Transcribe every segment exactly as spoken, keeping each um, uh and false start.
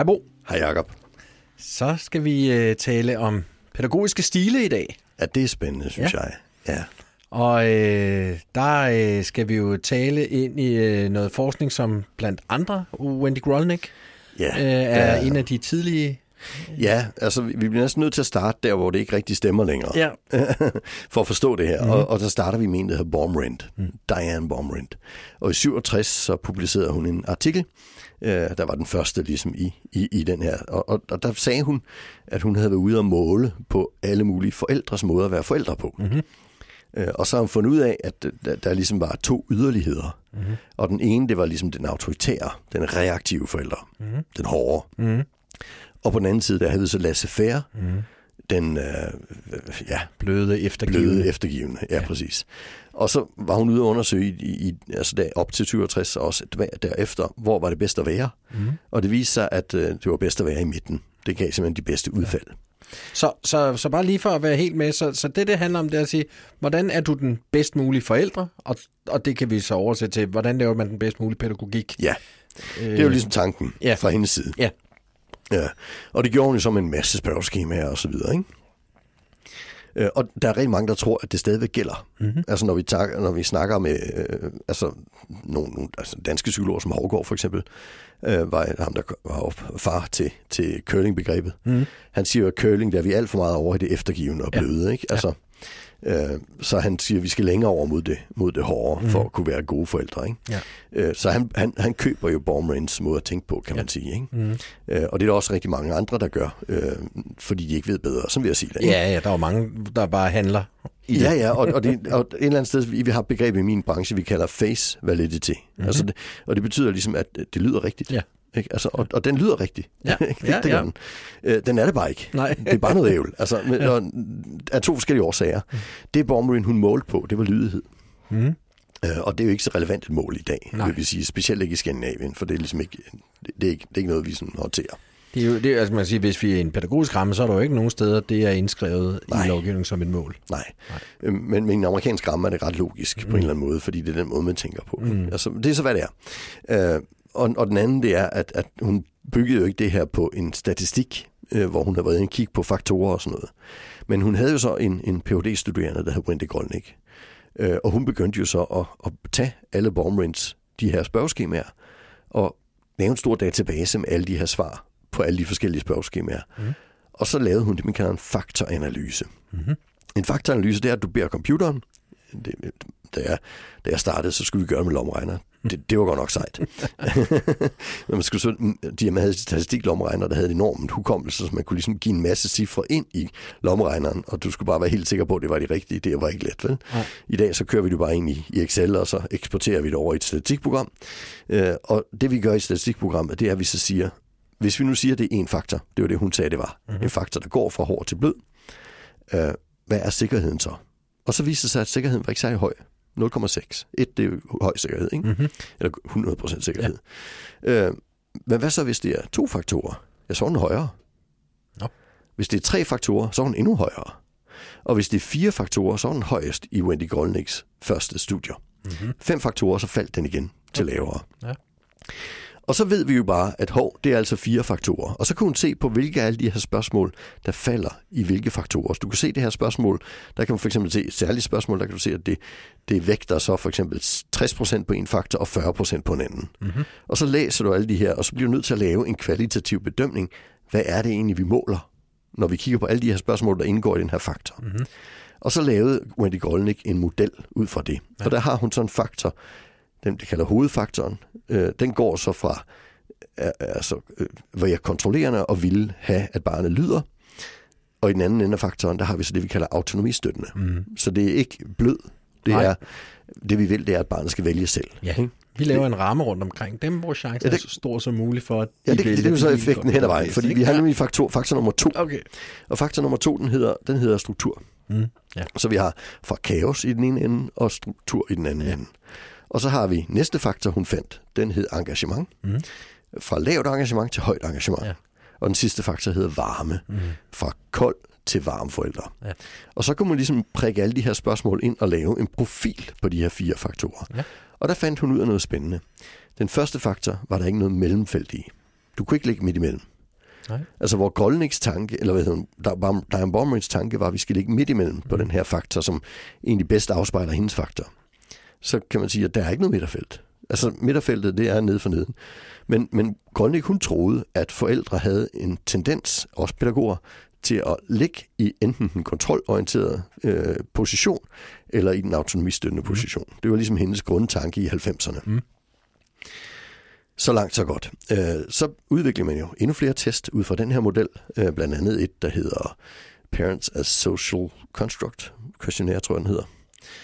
Hej Bo. Hej Jacob. Så skal vi uh, tale om pædagogiske stile i dag. Ja, det er spændende, synes ja. jeg. Ja. Og øh, der øh, skal vi jo tale ind i øh, noget forskning, som blandt andre Wendy Grolnick ja, øh, er ja. en af de tidlige... Ja, altså vi bliver næsten nødt til at starte der, hvor det ikke rigtig stemmer længere. Ja. For at forstå det her. Mm-hmm. Og, og så starter vi med en, der hedder Baumrind. Mm. Diane Baumrind. Og i syvogtres så publicerede hun en artikel, øh, der var den første ligesom i, i, i den her. Og, og, og der sagde hun, at hun havde været ude at måle på alle mulige forældres måder at være forældre på. Mm-hmm. Øh, og så har hun fundet ud af, at der, der ligesom var to yderligheder. Mm-hmm. Og den ene, det var ligesom den autoritære, den reaktive forælder. Mm-hmm. Den hårde. Mm-hmm. Og på den anden side, der havde vi så laissez-faire, mm. den øh, ja, bløde eftergivende. Bløde eftergivende, ja, ja, præcis. Og så var hun ude at undersøge i, i, altså der, op til syvogtres også derefter, hvor var det bedst at være. Mm. Og det viste sig, at øh, det var bedst at være i midten. Det gav simpelthen de bedste udfald. Ja. Så, så, så bare lige for at være helt med, så, så det, det handler om, det er at sige, hvordan er du den bedst mulige forældre? Og, og det kan vi så oversætte til, hvordan laver man den bedst mulige pædagogik? Ja, det er jo ligesom tanken ja. fra hendes side. Ja. Ja, og det gjorde hun jo som en masse spørgeskemaer og så videre, ikke? Øh, og der er rigtig mange, der tror, at det stadigvæk gælder. Mm-hmm. Altså når vi, tager, når vi snakker med øh, altså, nogle, nogle altså, danske psykologer, som Hovgaard for eksempel, øh, var ham, der var far til, til curling-begrebet. Mm-hmm. Han siger jo, at curling, der er vi alt for meget over i det eftergivende og bløde, ja. ikke? Altså, ja. Øh, så han siger, at vi skal længere over mod det, mod det hårde, mm. for at kunne være gode forældre. Ikke? Ja. Øh, så han, han, han køber jo Baumrinds måde at tænke på, kan ja. man sige. Ikke? Mm. Øh, og det er der også rigtig mange andre, der gør, øh, fordi de ikke ved bedre, som vil jeg sige det. Ikke? Ja, ja, der er jo mange, der bare handler i Ja, ja, og, og, det, og et eller andet sted, vi har et begreb i min branche, vi kalder face validity. Mm-hmm. Altså det, og det betyder ligesom, at det lyder rigtigt. Ja. Ikke? Altså, og, og den lyder rigtig. Ja, det, ja, det ja. Den. Øh, den er det bare ikke. Nej. Det er bare noget ævl. Altså, ja. og, af to forskellige årsager. Mm. Det Baumrind, hun målte på, det var lydighed. Mm. Øh, og det er jo ikke så relevant et mål i dag, Nej. vil vi sige. Specielt ikke i Skandinavien, for det er ligesom ikke, det, det er ikke, det er ikke noget, vi sådan håndterer. Det er jo, det er, altså man siger, hvis vi er i en pædagogisk ramme, så er der jo ikke nogen steder, det er indskrevet Nej. i lovgivningen som et mål. Nej, Nej. Men, men i en amerikansk ramme er det ret logisk mm. på en eller anden måde, fordi det er den måde, man tænker på. Mm. Altså, det er så, hvad det er. Øh, og, og den anden, det er, at, at hun byggede jo ikke det her på en statistik, øh, hvor hun havde været inde og kigge på faktorer og sådan noget. Men hun havde jo så en, en P H D-studerende, der hed Wendy Grolnick. Øh, og hun begyndte jo så at, at tage alle Baumrinds, de her spørgeskemaer, og lave en stor database med alle de her svar på alle de forskellige spørgeskemaer. Mm. Og så lavede hun det, man kalder en faktoranalyse. Mm-hmm. En faktoranalyse, det er, at du beder computeren, det, da, jeg, da jeg startede, så skulle vi gøre det med lomregner. Det, det var godt nok sejt. Når man skulle så, de man havde statistiklomregner, der havde et enormt hukommelse, så man kunne ligesom give en masse cifre ind i lomregneren, og du skulle bare være helt sikker på, at det var de rigtige. Det var ikke let, vel? Ja. I dag så kører vi det bare ind i, i Excel, og så eksporterer vi det over i et statistikprogram. Øh, og det vi gør i statistikprogrammet, det er, at vi så siger, hvis vi nu siger, at det er en faktor, det var det, hun sagde, det var. Mm-hmm. En faktor, der går fra hård til blød. Øh, hvad er sikkerheden så? Og så viste det sig, at sikkerheden var ikke særlig høj. nul komma seks. Et, det er jo høj sikkerhed, ikke? Mm-hmm. Eller hundrede procent sikkerhed. Ja. Øh, men hvad så, hvis det er to faktorer? Ja, så er den højere. No. Hvis det er tre faktorer, så er den endnu højere. Og hvis det er fire faktorer, så er den højest i Wendy Grolnicks første studier. Mm-hmm. Fem faktorer, så faldt den igen til lavere. Ja. Og så ved vi jo bare, at hov, det er altså fire faktorer. Og så kan hun se på, hvilke af alle de her spørgsmål, der falder i hvilke faktorer. Så du kan se det her spørgsmål, der kan man for eksempel se et særligt spørgsmål, der kan du se, at det, det vægter så for eksempel tres procent på en faktor og fyrre procent på en anden. Mm-hmm. Og så læser du alle de her, og så bliver du nødt til at lave en kvalitativ bedømning. Hvad er det egentlig, vi måler, når vi kigger på alle de her spørgsmål, der indgår i den her faktor? Mm-hmm. Og så lavede Wendy Grolnick en model ud fra det. Ja. Og der har hun sådan en faktor, den det kalder hovedfaktoren, øh, den går så fra, øh, altså, øh, hvor jeg kontrollerende og vil have, at barnet lyder, og i den anden ende af faktoren, der har vi så det, vi kalder autonomistøttende. Mm. Så det er ikke blød, det Nej. er, det vi vil, det er, at barnet skal vælge selv. Ja. Vi laver en ramme rundt omkring dem, hvor chancen ja, det, er så stor som muligt for, at de ja, det, det, det er jo så effekten hen ad vejen, fordi ikke? vi har nemlig faktor, faktor nummer to. Okay. Og faktor nummer to, den hedder, den hedder struktur. Mm. Ja. Så vi har fra kaos i den ene ende, og struktur i den anden ja. ende. Og så har vi næste faktor, hun fandt. Den hed engagement. Mm. Fra lavt engagement til højt engagement. Ja. Og den sidste faktor hedder varme. Mm. Fra kold til varme forældre. Ja. Og så kunne man ligesom prikke alle de her spørgsmål ind og lave en profil på de her fire faktorer. Ja. Og der fandt hun ud af noget spændende. Den første faktor var der ikke noget mellemfelt i. Du kunne ikke ligge midt imellem. Nej. Altså hvor Golniks tanke, eller hvad hedder hun, Diane Baumrints tanke var, at vi skal ligge midt imellem på den her faktor, som egentlig bedst afspejler hendes faktor. Så kan man sige, at der er ikke noget midterfelt. Altså midterfeltet, det er nede for neden. Men, men Golnik, hun troede, at forældre havde en tendens, også pædagoger, til at ligge i enten den kontrolorienterede øh, position, eller i den autonomistøttende mm. position. Det var ligesom hendes grundtanke i halvfemserne. Mm. Så langt, så godt. Øh, så udvikler man jo endnu flere test ud fra den her model. Øh, blandt andet et, der hedder Parents as Social Construct. Questionnaire, tror jeg, den hedder.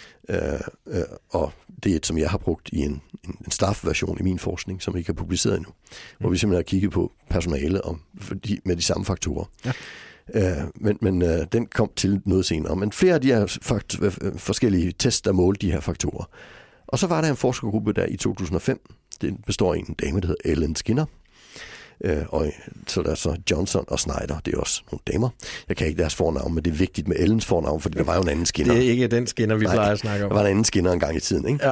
Øh, øh, og det er et, som jeg har brugt i en, en, en staff-version i min forskning, som ikke er publiceret endnu. Mm. Hvor vi simpelthen har kigget på personale om, de, med de samme faktorer. Ja. Øh, men men øh, den kom til noget senere. Men flere af de her fakt- forskellige tests, der målte de her faktorer. Og så var der en forskergruppe der i to tusind og fem. Det består af en dame, der hedder Ellen Skinner. Øh, og så der er så Johnson og Snyder. Det er også nogle damer. Jeg kan ikke deres fornavn, men det er vigtigt med Ellens fornavn, fordi der var jo en anden Skinner. Det er ikke den Skinner, vi Nej, plejer at snakke om. Der var en anden Skinner en gang i tiden, ikke? Ja.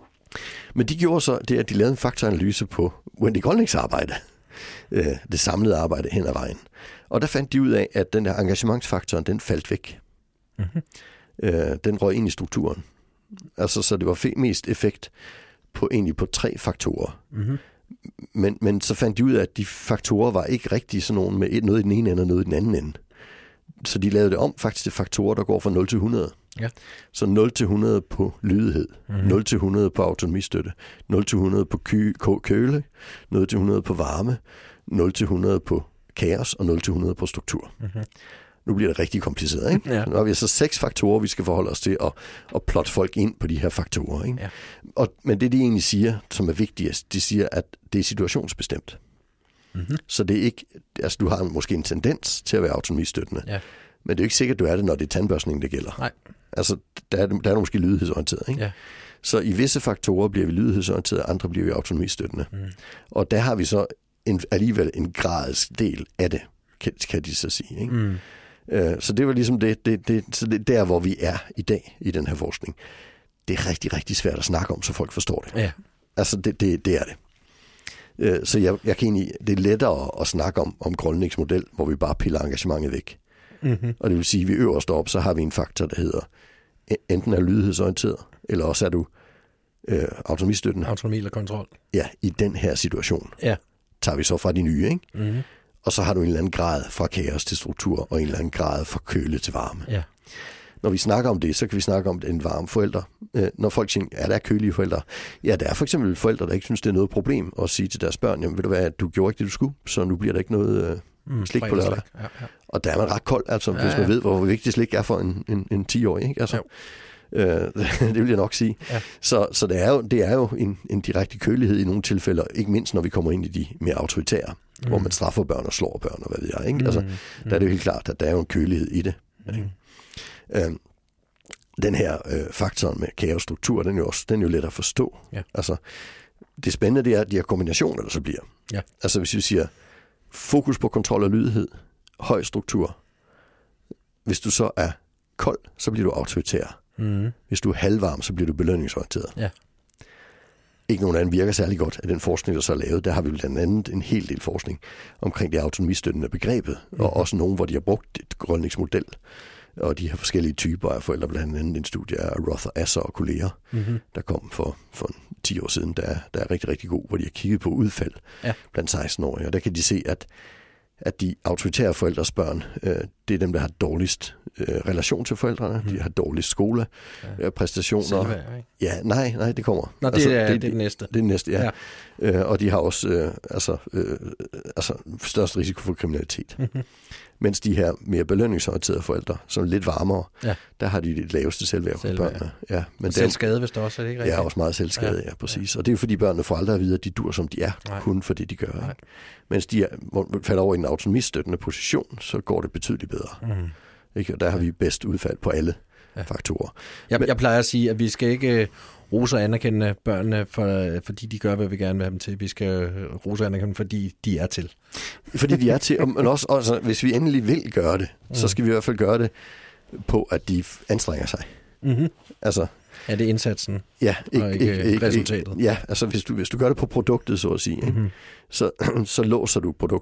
Men de gjorde så det, at de lavede en faktoranalyse på Wendy Golniks arbejde. Øh, det samlede arbejde hen ad vejen. Og der fandt de ud af, at den der engagementsfaktoren, den faldt væk. Mm-hmm. Øh, den røg ind i strukturen. Altså, så det var fe- mest effekt på egentlig på tre faktorer. Mm-hmm. Men, men så fandt de ud af, at de faktorer var ikke rigtig sådan nogle med noget i den ene ende og noget i den anden ende. Så de lavede det om faktisk til faktorer, der går fra nul til hundrede. Ja. Så nul til hundrede på lydighed, mm-hmm. nul til hundrede på autonomistøtte, nul til hundrede på ky- køle, nul til hundrede på varme, nul til hundrede på kaos og nul til hundrede på struktur. Mm-hmm. Nu bliver det rigtig kompliceret, ikke? Ja. Nu har vi altså seks faktorer, vi skal forholde os til at, at plotte folk ind på de her faktorer, ikke? Ja. Og, men det, de egentlig siger, som er vigtigst, de siger, at det er situationsbestemt. Mm-hmm. Så det er ikke, altså du har måske en tendens til at være autonomistøttende, ja. Men det er jo ikke sikkert, at du er det, når det er tandbørstning, det gælder. Nej. Altså, der er, der er du måske lydighedsorienteret, ikke? Ja. Så i visse faktorer bliver vi lydighedsorienteret, andre bliver vi autonomistøttende. Mm. Og der har vi så en, alligevel en gradsdel af det, kan, kan de så sige, ikke? Mm. Uh, så det var ligesom det, det, det, så det der, hvor vi er i dag i den her forskning. Det er rigtig, rigtig svært at snakke om, så folk forstår det. Ja. Altså, det, det, det er det. Uh, så jeg, jeg kan egentlig, det er lettere at snakke om, om Golniks model, hvor vi bare piller engagementet væk. Mm-hmm. Og det vil sige, at vi øverst op, så har vi en faktor, der hedder, enten er lydighedsorienteret, eller også er du øh, autonomistøttende. Autonomi eller kontrol. Ja, i den her situation. Ja. Tager vi så fra de nye, ikke? Mm-hmm. Og så har du en eller anden grad fra kaos til struktur, og en eller anden grad fra køle til varme. Ja. Når vi snakker om det, så kan vi snakke om en varme forælder. Øh, når folk siger, er der kølige forældre? Ja, der er for eksempel forældre, der ikke synes, det er noget problem at sige til deres børn, jamen ved du hvad, du gjorde ikke det, du skulle, så nu bliver der ikke noget øh, mm, slik på lørdag. Ja, ja. Og der er man ret kold, altså, ja, hvis man ja. ved, hvor vigtigt slik er for en, en, en ti-årig, ikke? Altså, øh, det vil jeg nok sige. Ja. Så, så det er jo, det er jo en, en direkte kølighed i nogle tilfælde, ikke mindst når vi kommer ind i de mere autoritære, mm. hvor man straffer børn og slår børn og hvad ved jeg, ikke? Altså, mm. der er det jo helt klart, at der er jo en kølighed i det. Mm. Øh, den her øh, faktoren med kaosstruktur, den er jo også, den er jo let at forstå. Ja. Altså, det spændende det er de her kombinationer, der så bliver. Ja. Altså hvis vi siger fokus på kontrol og lydighed, høj struktur. Hvis du så er kold, så bliver du autoritær. Mm. Hvis du er halvvarm, så bliver du belønningsorienteret. Ja. Ikke nogen anden virker særlig godt af den forskning, der så er lavet. Der har vi blandt andet en hel del forskning omkring det autonomistøttende begrebet, mm. og også nogen, hvor de har brugt et Golniks model. Og de her forskellige typer af forældre, blandt andet en studie af Roth og Asser og kolleger, mm-hmm. der kom for, for ti år siden, der, der er rigtig, rigtig god, hvor de har kigget på udfald ja. blandt seksten-årige. Og der kan de se, at, at de autoritære forældres børn, øh, det er dem, der har dårligst øh, relation til forældrene, mm. de har dårligst skole, ja. øh, præstationer. Selvværd, ikke? Ja, nej, nej, det kommer. Nå, det, altså, er, det, det er det næste. Det er det næste, ja. ja. Øh, og de har også øh, altså, øh, altså, størst risiko for kriminalitet. Mm-hmm. Mens de her mere belønningsorienterede forældre, som er lidt varmere, ja. der har de det laveste selvværd på børnene. Ja, men selvskade, hvis det også er det ikke rigtigt? Ja, også meget selvskade, ja, ja præcis. Ja. Og det er jo fordi børnene får aldrig at vide, at de dur, som de er, Nej. kun for det, de gør. Ikke? Mens de er, falder over i en autonomistøttende position, så går det betydeligt bedre. Mm. Ikke? Og der har vi bedst udfald på alle ja. faktorer. Jeg, men, jeg plejer at sige, at vi skal ikke rose og anerkende børnene, for, fordi de gør, hvad vi gerne vil have dem til. Vi skal rose og anerkende, fordi de er til. Fordi de er til, men også, også hvis vi endelig vil gøre det, mm. så skal vi i hvert fald gøre det på, at de anstrenger sig. Mm-hmm. Altså, er det indsatsen, ja, ikke, og ikke, ikke resultatet? Ikke, ja, altså hvis du, hvis du gør det på produktet, så at sige, mm-hmm. ikke, så, så låser du produktet.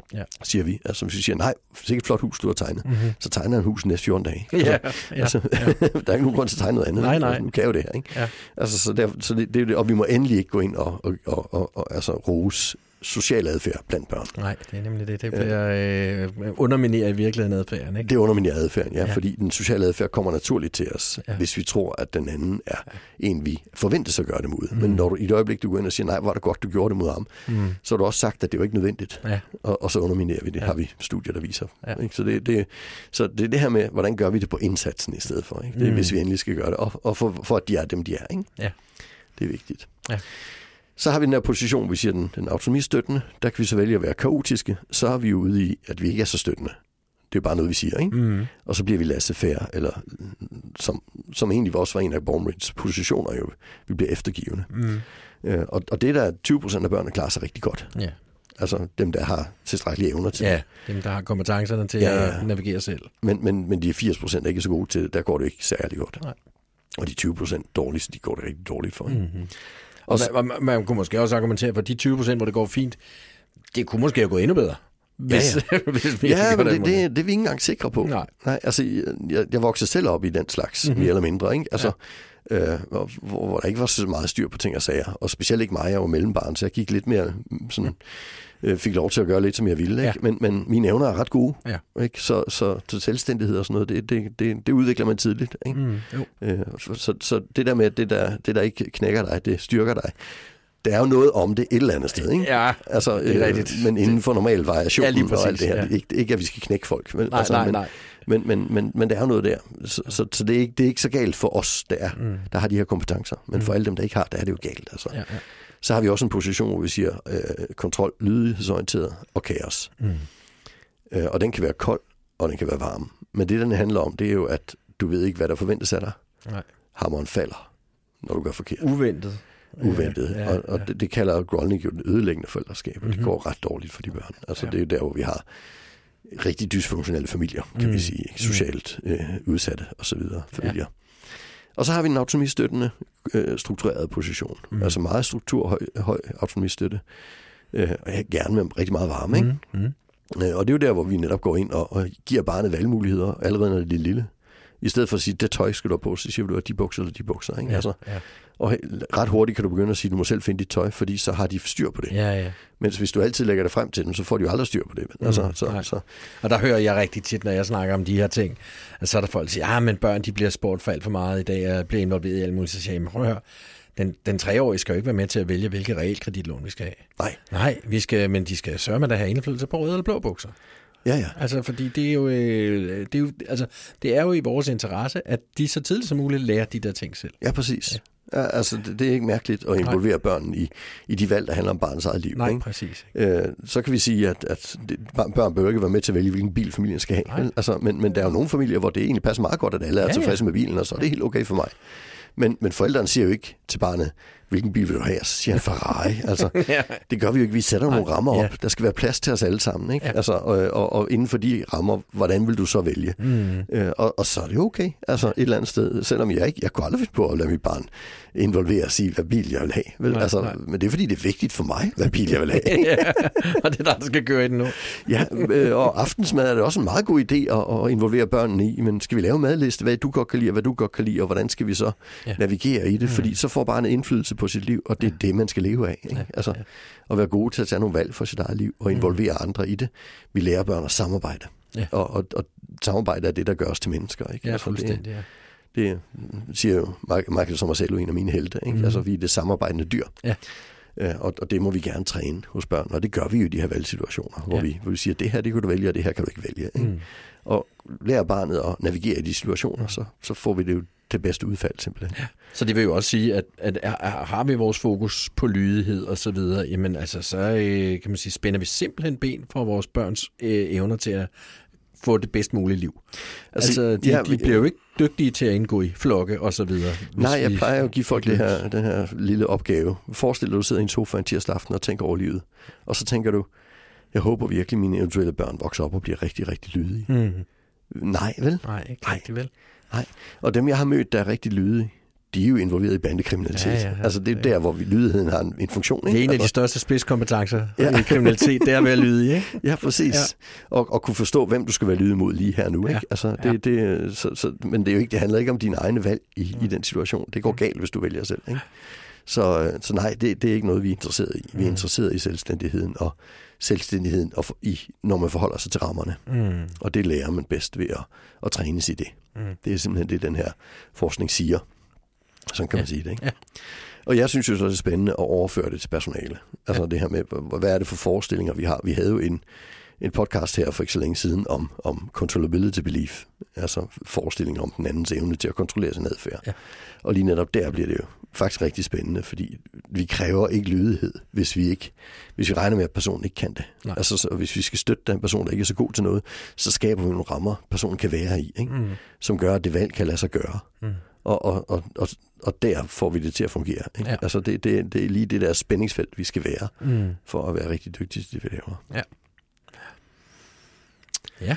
Ja. Siger vi. Altså, hvis vi siger, nej, det er ikke et flot hus, du har tegnet, mm-hmm. så tegner han hus næste fjorten dage. Ja, altså, ja, altså, ja. der er ikke nogen grund til at tegne noget andet. Nej, nej. Nu kan jo det her, ikke? Ja. Altså, så der, så det, det, og vi må endelig ikke gå ind og, og, og, og, og altså, rose social adfærd blandt børn. Nej, det er nemlig det. Det bliver øh, undermineret i virkeligheden adfærden, ikke? Det underminerer adfærden, ja, ja, fordi den sociale adfærd kommer naturligt til os, ja. hvis vi tror, at den anden er ja. en, vi forventes at gøre det mod. Mm. Men når du i et øjeblik, du går ind og siger, nej, var det godt, du gjorde det mod ham, mm. så har du også sagt, at det var ikke nødvendigt. Ja. Og, og så underminerer vi det, ja. har vi studier, der viser. Ja. Ikke? Så, det, det, så det er det her med, hvordan gør vi det på indsatsen i stedet for, ikke? Det er, mm. hvis vi endelig skal gøre det, og, og for, for at de er dem, de er. Ikke? Ja. Det er vigtigt. Ja. Så har vi den her position, hvor vi siger, den, den autonomistøttende. Der kan vi så vælge at være kaotiske. Så er vi ude i, at vi ikke er så støttende. Det er bare noget, vi siger, ikke? Mm. Og så bliver vi laissez-faire, eller som, som egentlig også var en af Baumrichts positioner, jo, vi bliver eftergivende. Mm. Øh, og, og det der er tyve procent af børnene klarer sig rigtig godt. Ja. Altså dem, der har tilstrækkelige evner til. Ja, dem, der har kompetencerne til ja, ja. at navigere selv. Men, men, men de firs procent er ikke så gode til, der går det ikke særlig godt. Nej. Og de tyve procent dårligste, de går det rigtig dårligt for. Mm-hmm. Og man, man, man kunne måske også argumentere for de tyve procent, hvor det går fint, det kunne måske have gået endnu bedre. Hvis, ja, ja. hvis vi ja men det, det, det er vi ikke engang sikre på. Nej. Nej, altså, jeg, jeg voksede selv op i den slags, mm-hmm. mere eller mindre, ikke? Altså, ja. øh, hvor, hvor der ikke var så meget styr på ting og sager. Og specielt ikke mig, jeg var mellembarn, så jeg gik lidt mere sådan... øh, fik lov til at gøre lidt, som jeg ville. Ikke? Ja. Men, men mine evner er ret gode. Ja. Ikke? Så, så, så selvstændighed og sådan noget, det, det, det, det udvikler man tidligt. Ikke? Mm, øh, så, så det der med, det der, det der ikke knækker dig, det styrker dig. Der er jo noget om det et eller andet sted, ikke? Ja, altså, det er rigtigt. Øh, men inden for normal variation ja, præcis, og alt det her. Ja. Det er ikke, ikke, at vi skal knække folk. Vel? Nej, altså, nej, men, nej. Men, men, men, men der er jo noget der. Så, så, så det, er ikke, det er ikke så galt for os, der, er, mm. der har de her kompetencer. Men for alle dem, der ikke har, der er det jo galt. Altså. Ja, ja. Så har vi også en position, hvor vi siger øh, kontrol, lydighedsorienteret og kaos. Mm. Øh, og den kan være kold, og den kan være varm. Men det, den handler om, det er jo, at du ved ikke, hvad der forventes af dig. Nej. Hammeren falder, når du gør forkert. Uventet. Uventet. Ja, ja, ja. Og, og det, det kalder Grolnick jo den ødelæggende forældreskab, og mm-hmm. det går ret dårligt for de børn. Altså ja. Det er jo der, hvor vi har rigtig dysfunktionelle familier, kan mm. vi sige. Ikke? Socialt øh, udsatte osv. familier. Ja. Og så har vi en autonomistøttende øh, struktureret position. Mm. Altså meget struktur, høj, høj autonomistøtte. Øh, og gerne med rigtig meget varme. Ikke? Mm. Mm. Øh, og det er jo der, hvor vi netop går ind og, og giver barnet valgmuligheder, allerede når det er lille. I stedet for at sige, det tøj skal du have på, så siger du, at de bukser eller de bukser. Ikke? Ja, altså, ja. Og ret hurtigt kan du begynde at sige, at du må selv finde dit tøj, fordi så har de styr på det. Ja, ja. Mens hvis du altid lægger det frem til dem, så får de jo aldrig styr på det. Mm, altså, så, så. Og der hører jeg rigtig tit, når jeg snakker om de her ting, at så er der folk, der siger, ah, men børn, de bliver spurgt for alt for meget i dag, og bliver involveret i alt muligt. Så siger jeg, prøv at høre, den, den treårige skal jo ikke være med til at vælge, hvilke realkreditlån vi skal have. Nej. Nej, vi skal, men de skal sørge med at have indflydelse på røde eller blå bukser. Ja, ja. Altså, fordi det er, jo, det, er jo, altså, det er jo i vores interesse, at de så tidligt som muligt lærer de der ting selv. Ja, præcis. Ja. Ja, altså, det, det er ikke mærkeligt at involvere Nej. børn i, i de valg, der handler om barnets eget liv. Nej, ikke? præcis. Øh, så kan vi sige, at, at det, børn behøver ikke være med til at vælge, hvilken bil familien skal have. Altså, men, men der er jo nogle familier, hvor det egentlig passer meget godt, at alle er ja, tilfredse ja. med bilen, og så er det helt okay for mig. Men, men forældrene siger jo ikke til barnet, hvilken bil vil du have? Så siger han Ferrari. Altså, ja. Det gør vi jo ikke. Vi sætter nogle rammer op. Ja. Der skal være plads til os alle sammen. Ikke? Ja. Altså, og, og, og inden for de rammer, hvordan vil du så vælge? Mm. Øh, og, og så er det okay. Altså et eller andet sted. Selvom jeg ikke, jeg kunne aldrig finde på at lade mit barn involvere og sige, hvad bil jeg vil have. Vel? Nej, altså, nej. Men det er fordi, det er vigtigt for mig, hvad bil jeg vil have. Ja, og det er der, der skal gøre i den nu. Ja, øh, og aftensmad er det også en meget god idé at, at involvere børnene i. Men skal vi lave en madliste, hvad du godt kan lide, og hvad du godt kan lide, og hvordan skal vi så ja. navigere i det? Fordi så får barnet indflydelse på sit liv, og det er det, man skal leve af. Ikke? Ja, altså, ja. At være gode til at tage nogle valg for sit eget liv, og involvere mm. andre i det. Vi lærer børn at samarbejde. Ja. Og, og, og samarbejde er det, der gør os til mennesker. Ikke? Ja, fuldstændig, ja. Det siger jo Michael Somersello, en af mine helte. Ikke? Mm. Altså, vi er det samarbejdende dyr. Ja. Og, og det må vi gerne træne hos børn. Og det gør vi jo i de her valgsituationer, hvor, ja. vi, hvor vi siger, det her det kan du vælge, og det her kan du ikke vælge. Ikke? Mm. Og lærer barnet at navigere i de situationer, så, så får vi det jo det bedste udfald simpelthen. Ja. Så det vil jo også sige, at, at, at har vi vores fokus på lydighed og så videre, jamen altså, så øh, kan man sige, spænder vi simpelthen ben for vores børns øh, evner til at få det bedst mulige liv. Altså, altså de, ja, de bliver jo ikke dygtige til at indgå i flokke og så videre. Nej, jeg plejer jo at give folk det her, den her lille opgave. Forestil dig, at du sidder i en sofa en tirsdag aften og tænker over livet. Og så tænker du, jeg håber virkelig, at mine eventuelle børn vokser op og bliver rigtig, rigtig lydige. Mm. Nej, vel? Nej, ikke rigtig vel. Nej, og dem jeg har mødt, der er rigtig lydige, de er jo involveret i bandekriminalitet. Ja, ja, ja. Altså det er der, hvor vi, lydigheden har en, en funktion. Ikke? Det er en af de største spidskompetencer ja. i kriminalitet, det er at være lydig, ikke? Ja, præcis. Ja. Og, og kunne forstå, hvem du skal være lydig mod lige her nu. Ikke? Ja. Altså, det, ja. det, så, så, men det, er jo ikke, det handler ikke om dine egne valg i, mm. i den situation. Det går galt, hvis du vælger selv. Ikke? Så, så nej, det, det er ikke noget, vi er interesseret i. Vi er interesseret i selvstændigheden og selvstændigheden, og for, i, når man forholder sig til rammerne. Mm. Og det lærer man bedst ved at, at trænes i det. Mm. Det er simpelthen det, den her forskning siger. Sådan kan ja. man sige det, ikke? Ja. Og jeg synes jo så, det er spændende at overføre det til personale. Altså ja. det her med, hvad er det for forestillinger, vi har? Vi havde jo en, en podcast her for ikke så længe siden om, om controllability belief. Altså forestillinger om den andens evne til at kontrollere sin adfærd. Ja. Og lige netop der bliver det jo faktisk rigtig spændende, fordi vi kræver ikke lydighed, hvis vi ikke, hvis vi regner med, at personen ikke kan det. Nej. Altså, så hvis vi skal støtte den person, der ikke er så god til noget, så skaber vi nogle rammer, personen kan være i, ikke? Mm. Som gør, at det valg kan lade sig gøre. Mm. Og, og, og, og, og der får vi det til at fungere. Ikke? Ja. Altså det, det, det er lige det der spændingsfelt, vi skal være, mm. for at være rigtig dygtige til det, vi laver. Ja. Ja.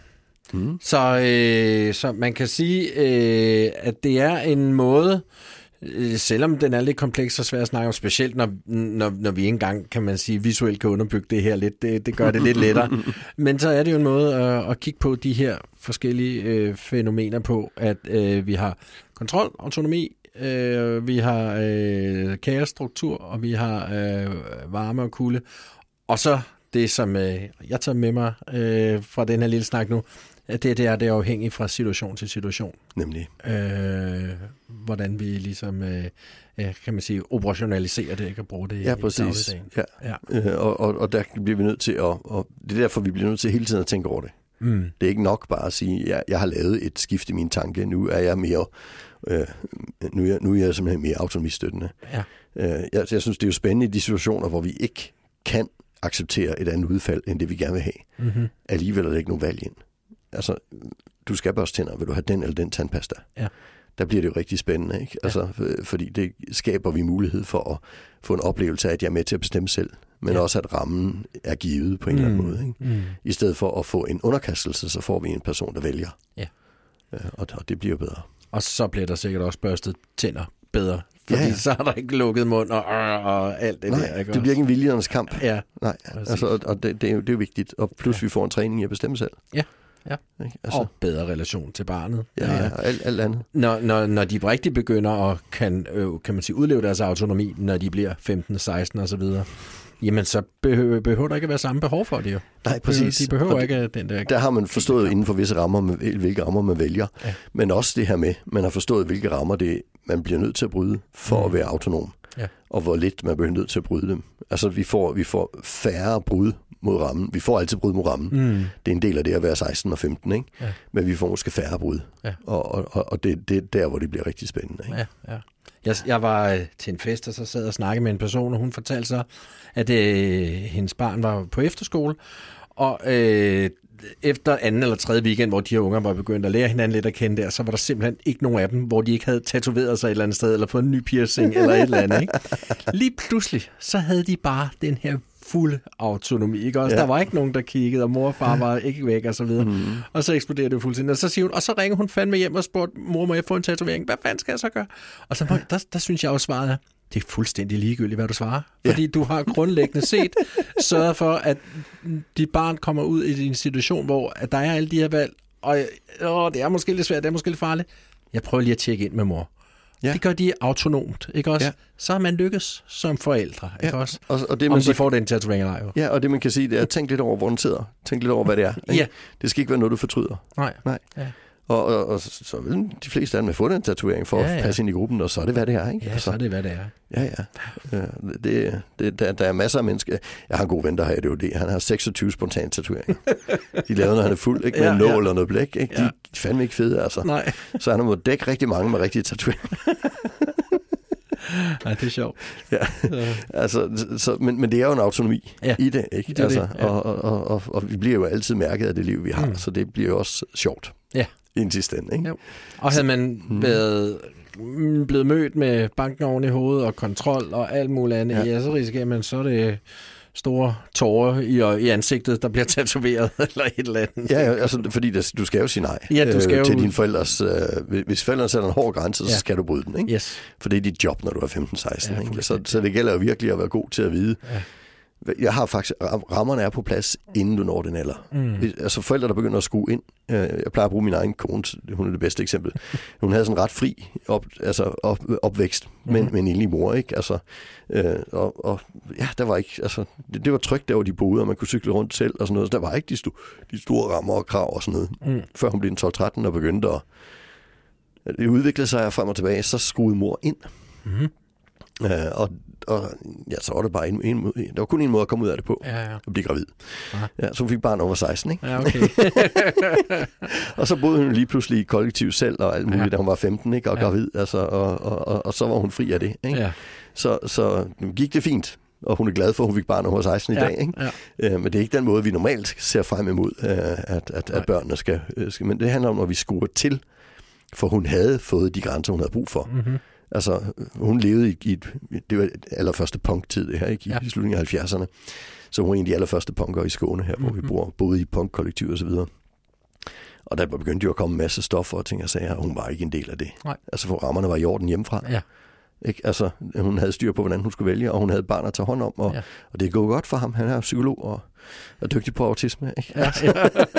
Mm. Så, øh, så man kan sige, øh, at det er en måde, øh, selvom den er lidt kompleks og svær at snakke om, specielt når, når, når vi engang, kan man sige, visuelt kan underbygge det her lidt, det, det gør det lidt lettere. Men så er det jo en måde at, at kigge på de her forskellige øh, fænomener på, at øh, vi har kontrol, autonomi, øh, vi har øh, kaosstruktur, og vi har øh, varme og kulde. Og så det, som øh, jeg tager med mig øh, fra den her lille snak nu, at det, det er, det er afhængigt fra situation til situation. Nemlig. Øh, hvordan vi ligesom, øh, kan man sige, operationaliserer det, ikke at bruge det ja, i præcis. Ja. Ja. Øh, og, og, og der bliver vi nødt til at, og det er derfor, vi bliver nødt til hele tiden at tænke over det. Mm. Det er ikke nok bare at sige, at jeg, jeg har lavet et skift i mine tanke, nu er jeg mere, øh, nu, er jeg, nu er jeg simpelthen mere autonomistøttende. Ja. Øh, jeg, jeg synes, det er jo spændende i de situationer, hvor vi ikke kan acceptere et andet udfald, end det vi gerne vil have. Mm-hmm. Alligevel er der ikke nogen valg ind. Altså, du skal børste tænder, vil du have den eller den tandpasta? Ja. Der bliver det jo rigtig spændende, ikke? Altså, ja. Fordi det skaber vi mulighed for at få en oplevelse af, at jeg er med til at bestemme selv, men ja. også at rammen er givet på en mm. eller anden måde. Ikke? Mm. I stedet for at få en underkastelse, så får vi en person, der vælger. Ja. Og, og det bliver bedre. Og så bliver der sikkert også børstet tænder bedre, fordi ja, ja. så er der ikke lukket mund og, og alt det Nej, der. Ikke det bliver ikke en viljernes kamp. Ja. Nej, altså, og det, det, er jo, det er jo vigtigt. Og plus ja. vi får en træning i at bestemme selv. Ja. Ja. Altså. Og bedre relation til barnet. Ja, ja, og alt, alt andet. Når, når, når de rigtig begynder at kan, øh, kan man sige, udleve deres autonomi, når de bliver femten, seksten og så videre, jamen så behøver, behøver der ikke at være samme behov for det jo. Nej, præcis. De behøver ikke den der... Der har man forstået inden for visse rammer, hvilke rammer man vælger. Ja. Men også det her med, man har forstået, hvilke rammer det man bliver nødt til at bryde for mm. at være autonom. Ja. Og hvor lidt man bliver nødt til at bryde dem. Altså vi får, vi får færre brud mod rammen. Vi får altid brud mod rammen. Mm. Det er en del af det at være seksten og femten, ikke? Ja. Men vi får måske færre brud. Ja. Og, og, og det, det er der, hvor det bliver rigtig spændende. Ikke? Ja, ja. Jeg, jeg var øh, til en fest, og så sad jeg og snakkede med en person, og hun fortalte så, at øh, hendes barn var på efterskole, og øh, efter anden eller tredje weekend, hvor de her unger var begyndt at lære hinanden lidt at kende der, så var der simpelthen ikke nogen af dem, hvor de ikke havde tatoveret sig et eller andet sted, eller fået en ny piercing, eller et eller andet. Ikke? Lige pludselig, så havde de bare den her fuld autonomi, ikke også? Ja. Der var ikke nogen, der kiggede, og mor og far var ikke væk, og så videre. Mm. Og så eksploderede det fuldstændig. Og så siger hun, og så ringer hun fandme hjem og spurgte, mor, må jeg få en tatovering? Hvad fanden skal jeg så gøre? Og så, der, der synes jeg også svaret er, det er fuldstændig ligegyldigt, hvad du svarer. Fordi ja. du har grundlæggende set sørget for, at dit barn kommer ud i en situation, hvor der er alle de her valg, og åh, det er måske lidt svært, det er måske lidt farligt. Jeg prøver lige at tjekke ind med mor. Ja. Det gør de autonomt, ikke også? Ja. Så har man lykkes som forældre, ikke ja. også? Og, og det, man Om de så... får den tatovering eller ej. Ja, og det man kan sige, det er, tænk lidt over, hvor den sidder. Tænk lidt over, hvad det er. Ikke? Ja. Det skal ikke være noget, du fortryder. Nej. Nej. Ja. Og, og, og så vil de fleste af dem få den tatovering for ja, ja. at passe ind i gruppen, og så er det, hvad det er. Ikke? Ja, så er det, hvad det er. Ja, ja. Det, det, der, der er masser af mennesker. Jeg har en god ven, der har A D H D. Han har seksogtyve spontane tatoveringer. De laver, når han er fuld, ikke? Med ja, en nål ja. og noget blæk. Ikke? De ja. er fandme ikke fede, altså. Nej. Så han har måttet dække rigtig mange med rigtige tatoveringer. Nej, det er sjovt. Ja. Altså, så, men, men det er jo en autonomi ja. i det, ikke? Det altså, det. Ja. Og, og, og, og vi bliver jo altid mærket af det liv, vi har, mm. så det bliver jo også sjovt. Ja. I en sidste ende, ikke? Jo. Og havde man mm. været, blevet mødt med banken oven i hovedet og kontrol og alt muligt andet, ja. ja, så risikerer man, så er det, store tårer i, i ansigtet, der bliver tatoveret, eller et eller andet. Ja, altså, fordi det, du skal jo sige nej ja, du skal øh, til jo... dine forældres... Øh, hvis forældrene sætter en hård grænse, så ja. skal du bryde den, ikke? Yes. For det er dit job, når du er femten seksten. Ja, så, så det gælder jo virkelig at være god til at vide... Ja. Jeg har faktisk, rammerne er på plads, inden du når den alder. Mm. Altså forældre, der begynder at skrue ind. Jeg plejer at bruge min egen kone, hun er det bedste eksempel. Hun havde sådan en ret fri op, altså op, opvækst med, mm. med en enlig mor, ikke? Altså, øh, og, og ja, der var ikke, altså, det, det var trygt der, hvor de boede, og man kunne cykle rundt selv og sådan noget. Så der var ikke de, sto, de store rammer og krav og sådan noget. Mm. Før hun blev tolv tretten og begyndte at... Det udviklede sig frem og tilbage, så skruede mor ind. Mm. Øh, og Og ja, så var det bare en, en, der var kun en måde at komme ud af det på, ja, ja. at blive gravid. Ja, så hun fik barn over seksten, ikke? Ja, okay. Og så boede hun lige pludselig i kollektiv selv og alt muligt, ja. Da hun var femten, ikke? Og ja. gravid, altså, og, og, og, og så var hun fri af det, ikke? Ja. Så, så gik det fint, og hun er glad for, at hun fik barn over seksten ja. i dag, ikke? Ja. Øh, men det er ikke den måde, vi normalt ser frem imod, at, at, at børnene skal, skal... Men det handler om, når vi skruer til, for hun havde fået de grænser, hun havde brug for. Mm-hmm. Altså, hun levede i, i et, det var allerførste punktid, det her, ikke? I, ja. i slutningen af halvfjerdserne. Så hun var en af de allerførste punker i Skåne her, mm-hmm. hvor vi bor, boede i punkkollektiv og så videre. Og der begyndte jo at komme en masse stoffer og ting og sager, og hun var ikke en del af det. Nej. Altså, for rammerne var i orden hjemmefra. Ja. Ikke? Altså, hun havde styr på, hvordan hun skulle vælge, og hun havde barn at tage hånd om, og, ja. og det er gået godt for ham. Han er psykolog og er dygtig på autisme. Ikke? Ja. Altså.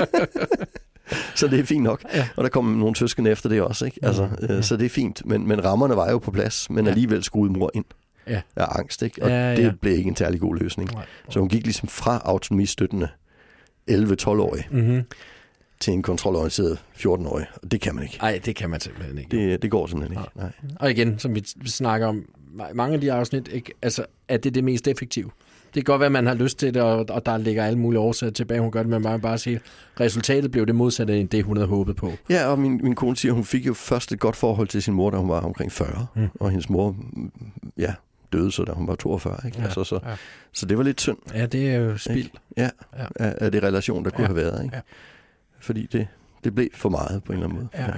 Så det er fint nok. Ja. Og der kom nogle søskende efter det også, ikke? Altså, mm, øh, mm. Så det er fint. Men, men rammerne var jo på plads, men ja. alligevel skruede mor ind ja. af angst, ikke? Og ja, ja. det blev ikke en særlig god løsning. Nej. Så hun gik ligesom fra autonomistøttende elleve tolv-årig mm-hmm. til en kontrolorienteret fjorten-årig. Og det kan man ikke. Nej, det kan man simpelthen ikke. Det, det går simpelthen ikke. Nej. Og igen, som vi snakker om, mange af de afsnit, ikke? Altså, er det det mest effektive? Det kan godt være, at man har lyst til det, og, og der ligger alle mulige årsager tilbage. Hun gør det, men man bare sige, resultatet blev det modsatte end det, hun havde håbet på. Ja, og min, min kone siger, hun fik jo først et godt forhold til sin mor, da hun var omkring fyrre. Mm. Og hendes mor, ja, døde så, da hun var toogfyrre. Ikke? Ja, altså, så, ja. så det var lidt synd. Ja, det er jo spild. Ja, ja. Af, af det relation, der kunne ja. have været. Ikke? Ja. Fordi det, det blev for meget på en eller anden måde. Ja, ja.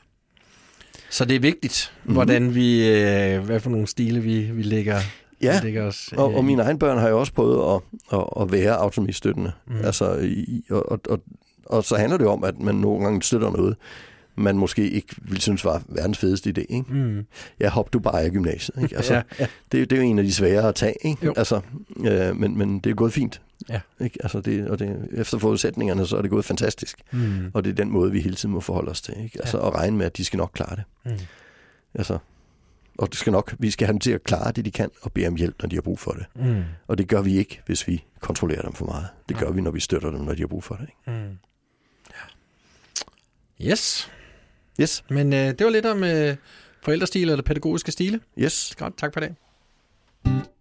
Så det er vigtigt, mm-hmm. hvordan vi, øh, hvad for nogle stile vi, vi lægger... Ja, os, og, og mine egne børn har jo også prøvet at, at, at være autonomistøttende. Mm. Altså, i, og, og, og, og så handler det om, at man nogle gange støtter noget, man måske ikke ville synes var verdens fedeste idé. Ikke? Mm. Ja, hop du bare i gymnasiet. Ikke? Altså, ja, ja. Det, det er jo en af de svære at tage. Ikke? Altså, øh, men, men det er gået fint. Ja. Ikke? Altså det, og det, efter forudsætningerne, så er det gået fantastisk. Mm. Og det er den måde, vi hele tiden må forholde os til. Ikke? Altså, ja. At regne med, at de skal nok klare det. Mm. Altså... Og det skal nok, vi skal have dem til at klare det, de kan, og bede om hjælp, når de har brug for det. Mm. Og det gør vi ikke, hvis vi kontrollerer dem for meget. Det gør ja. vi, når vi støtter dem, når de har brug for det. Ikke? Mm. Ja. Yes. Yes. Men øh, det var lidt om øh, forældrestil eller pædagogiske stile. Yes. Godt, tak for det.